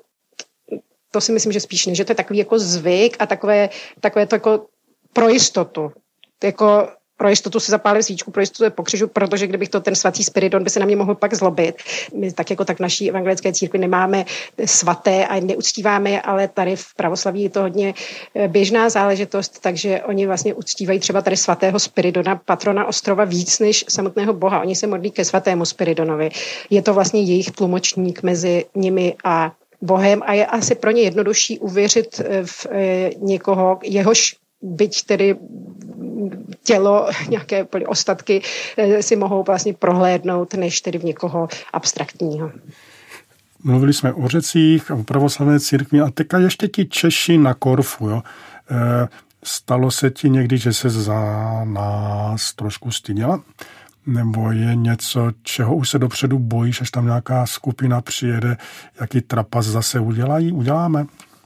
to si myslím, že spíš ne, že to je takový jako zvyk a takové, takové to jako pro jistotu. Jako pro jistotu si zapálím svíčku, pro jistotu je pokřižu, protože kdybych to ten svatý Spiridon by se na mě mohl pak zlobit. My tak jako tak v naší evangelické církvi nemáme svaté a neuctíváme je, ale tady v pravoslaví je to hodně běžná záležitost, takže oni vlastně uctívají třeba tady svatého Spiridona, patrona ostrova, víc než samotného Boha. Oni se modlí ke svatému Spiridonovi. Je to vlastně jejich tlumočník mezi nimi a Bohem a je asi pro ně jednodušší uvěřit v někoho, jehož byť tedy tělo, nějaké ostatky si mohou vlastně prohlédnout, než tedy v někoho abstraktního. Mluvili jsme o Řecích a o pravoslavné církvi a teďka ještě ti Češi na Korfu. Jo. E, stalo se ti někdy, že se za nás trošku styděla? Nebo je něco, čeho už se dopředu bojíš, až tam nějaká skupina přijede, jaký trapas zase udělají, uděláme?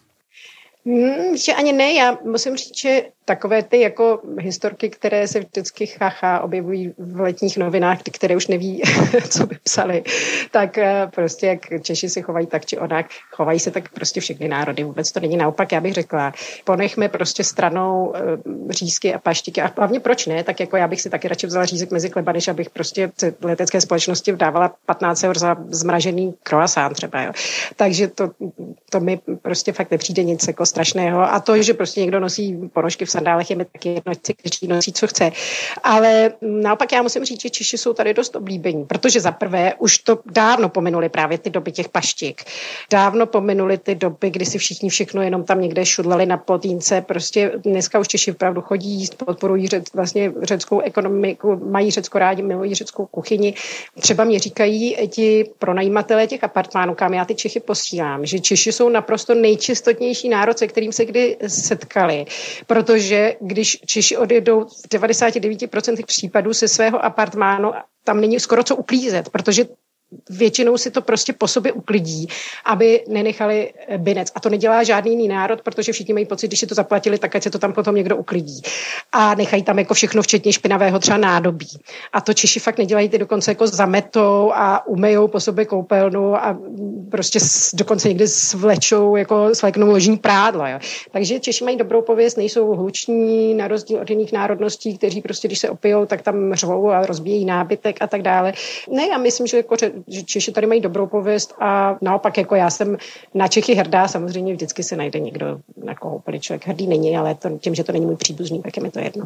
Hmm, že ani ne, já musím říct, že takové ty jako historky, které se vždycky chacha objevují v letních novinách, které už neví, co by psali, tak prostě jak Češi se chovají tak či onak, chovají se tak prostě všechny národy. Vůbec to není naopak, já bych řekla. Ponechme prostě stranou řízky a paštiky a hlavně proč ne, tak jako já bych si taky radši vzala řízek mezi chleba, než abych prostě letecké společnosti dávala patnáct eur za zmražený croissant třeba. Jo. Takže to, to mi prostě fakt nepřijde nic jako strašného a to, že prostě někdo nosí ponožky v sandálech, je mi taky jedno, každý nosí, co chce. Ale naopak já musím říct, že Češi jsou tady dost oblíbení, protože za prvé už to dávno pominuli právě ty doby těch paštik. Dávno pominuli ty doby, kdy si všichni všechno jenom tam někde šudlali na plotínce. Prostě dneska už Češi opravdu chodí jíst, podporují řec, vlastně řeckou ekonomiku, mají Řecko rádi, milují řeckou kuchyni. Třeba mě říkají ti pronajímatelé těch apartmánů, kam já ty Čechy posílám, že Češi jsou naprosto nejčistotnější národ, se kterým se kdy setkali. Protože že když Češi odjedou v devadesát devět procent případů se svého apartmánu, tam není skoro co uklízet, protože většinou si to prostě po sobě uklidí, aby nenechali binec. A to nedělá žádný jiný národ, protože všichni mají pocit, když si to zaplatili, tak ať se to tam potom někdo uklidí. a nechají tam jako všechno, včetně špinavého třeba nádobí. A to Češi fakt nedělají, ty dokonce jako zametou a umyjou po sobě koupelnu a prostě dokonce někdy svlečou, jako svléknou ložní prádlo. Jo. Takže Češi mají dobrou pověst, nejsou hluční, na rozdíl od jiných národností, kteří prostě, když se opijou, tak tam řvou a rozbíjejí nábytek a tak dále. Ne, já myslím, že, jako, že Češi tady mají dobrou pověst a naopak jako já jsem na Čechy hrdá, samozřejmě vždycky se najde někdo, na koho úplně člověk hrdý není, ale to, tím, že to není můj příbuzný, tak je mi to jedno.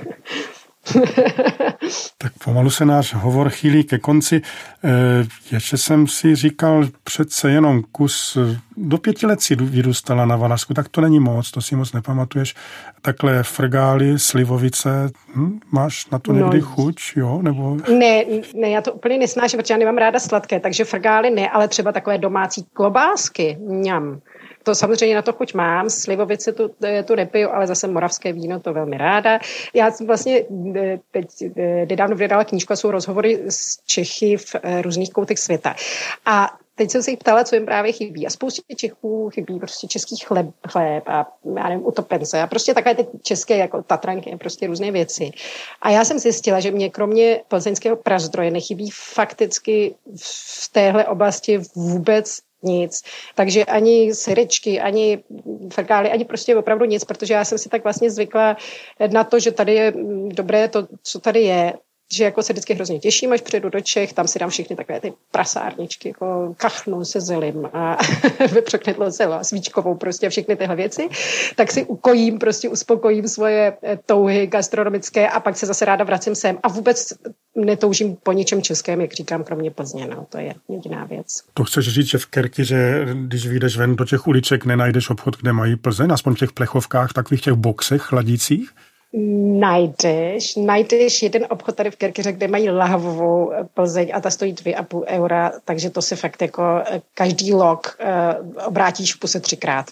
Tak pomalu se náš hovor chýlí ke konci. Ještě jsem si říkal, přece jenom kus, do pěti let si vyrůstala na Valašsku, tak to není moc, to si moc nepamatuješ. Takhle frgály, slivovice, hm? Máš na to někdy no, chuť, jo? Nebo... Ne, ne, já to úplně nesnáším, protože já nemám ráda sladké, takže frgály ne, ale třeba takové domácí klobásky, mňam. To samozřejmě na to chuť mám, slivovice tu, tu nepiju, ale zase moravské víno to velmi ráda. Já jsem vlastně teď nedávno vydala knížku a jsou rozhovory s Čechy v různých koutech světa. A teď jsem se jich ptala, co jim právě chybí. A spoustě Čechů chybí prostě český chléb, chléb a já nevím, utopence a prostě takové ty české jako tatranky, prostě různé věci. A já jsem zjistila, že mě kromě plzeňského prazdroje nechybí fakticky v téhle oblasti vůbec nic. Takže ani syrečky, ani frkály, ani prostě opravdu nic, protože já jsem si tak vlastně zvykla na to, že tady je dobré to, co tady je, že jako se vždycky hrozně těším, až přijedu do Čech, tam si dám všechny takové ty prasárničky, jako kachnu se zelim a vypřeknetlo zelo a svíčkovou prostě všechny tyhle věci, tak si ukojím, prostě uspokojím svoje touhy gastronomické a pak se zase ráda vracím sem a vůbec netoužím po ničem českém, jak říkám, kromě Plzně, no, to je jediná věc. To chceš říct, že v Kerky, že když vyjdeš ven do těch uliček, nenajdeš obchod, kde mají Plzeň, aspoň v těch plechovkách, takových těch boxech chladících? Najdeš, najdeš jeden obchod tady v Kerkyře, kde mají lahvovou Plzeň a ta stojí dvě a půl eura, takže to si fakt jako každý lok uh, obrátíš v puse třikrát.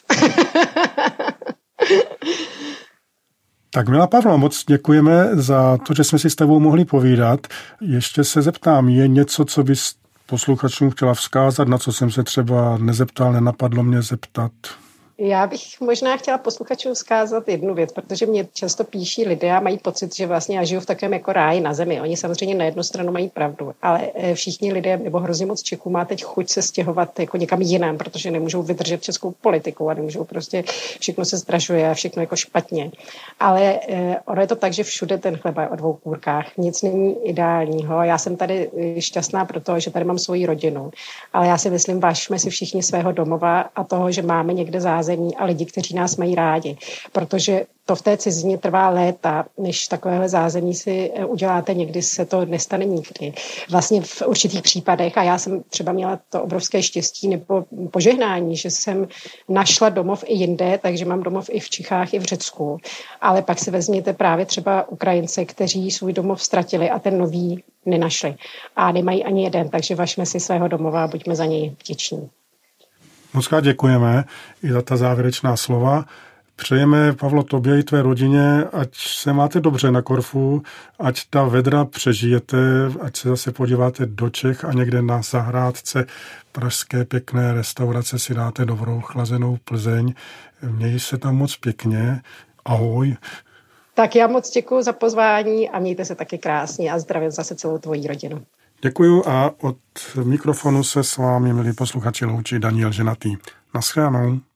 Tak milá Pavlo, moc děkujeme za to, že jsme si s tebou mohli povídat. Ještě se zeptám, je něco, co bys posluchačům chtěla vzkázat, na co jsem se třeba nezeptal, nenapadlo mě zeptat? Já bych možná chtěla posluchačům vzkázat jednu věc, protože mě často píší lidé a mají pocit, že vlastně já žiju v takovém jako ráji na zemi. Oni samozřejmě na jednu stranu mají pravdu, ale všichni lidé, nebo hrozně moc Čechů má teď chuť se stěhovat jako někam jinam, protože nemůžou vydržet českou politiku a nemůžou prostě, všechno se zdražuje a všechno jako špatně. Ale ono je to tak, že všude ten chleba je o dvou kůrkách. Nic není ideálního. Já jsem tady šťastná proto, že tady mám svoji rodinu, ale já si myslím, vážme si všichni svého domova a toho, že máme někde zázemí a lidi, kteří nás mají rádi, protože to v té cizině trvá léta, než takovéhle zázemí si uděláte, někdy se to nestane nikdy. Vlastně v určitých případech, a já jsem třeba měla to obrovské štěstí nebo požehnání, že jsem našla domov i jinde, takže mám domov i v Čechách, i v Řecku, ale pak si vezměte právě třeba Ukrajince, kteří svůj domov ztratili a ten nový nenašli a nemají ani jeden, takže važme si svého domova a buďme za něj vděční. Moc krát děkujeme i za ta závěrečná slova. Přejeme, Pavlo, tobě i tvé rodině, ať se máte dobře na Korfu, ať ta vedra přežijete, ať se zase podíváte do Čech a někde na zahrádce pražské pěkné restaurace si dáte dobrou chlazenou Plzeň. Měj se tam moc pěkně. Ahoj. Tak já moc děkuji za pozvání a mějte se taky krásně a zdravím zase celou tvoji rodinu. Děkuju a od mikrofonu se s vámi, milí posluchači, loučí Daniel Ženatý. Naschledanou.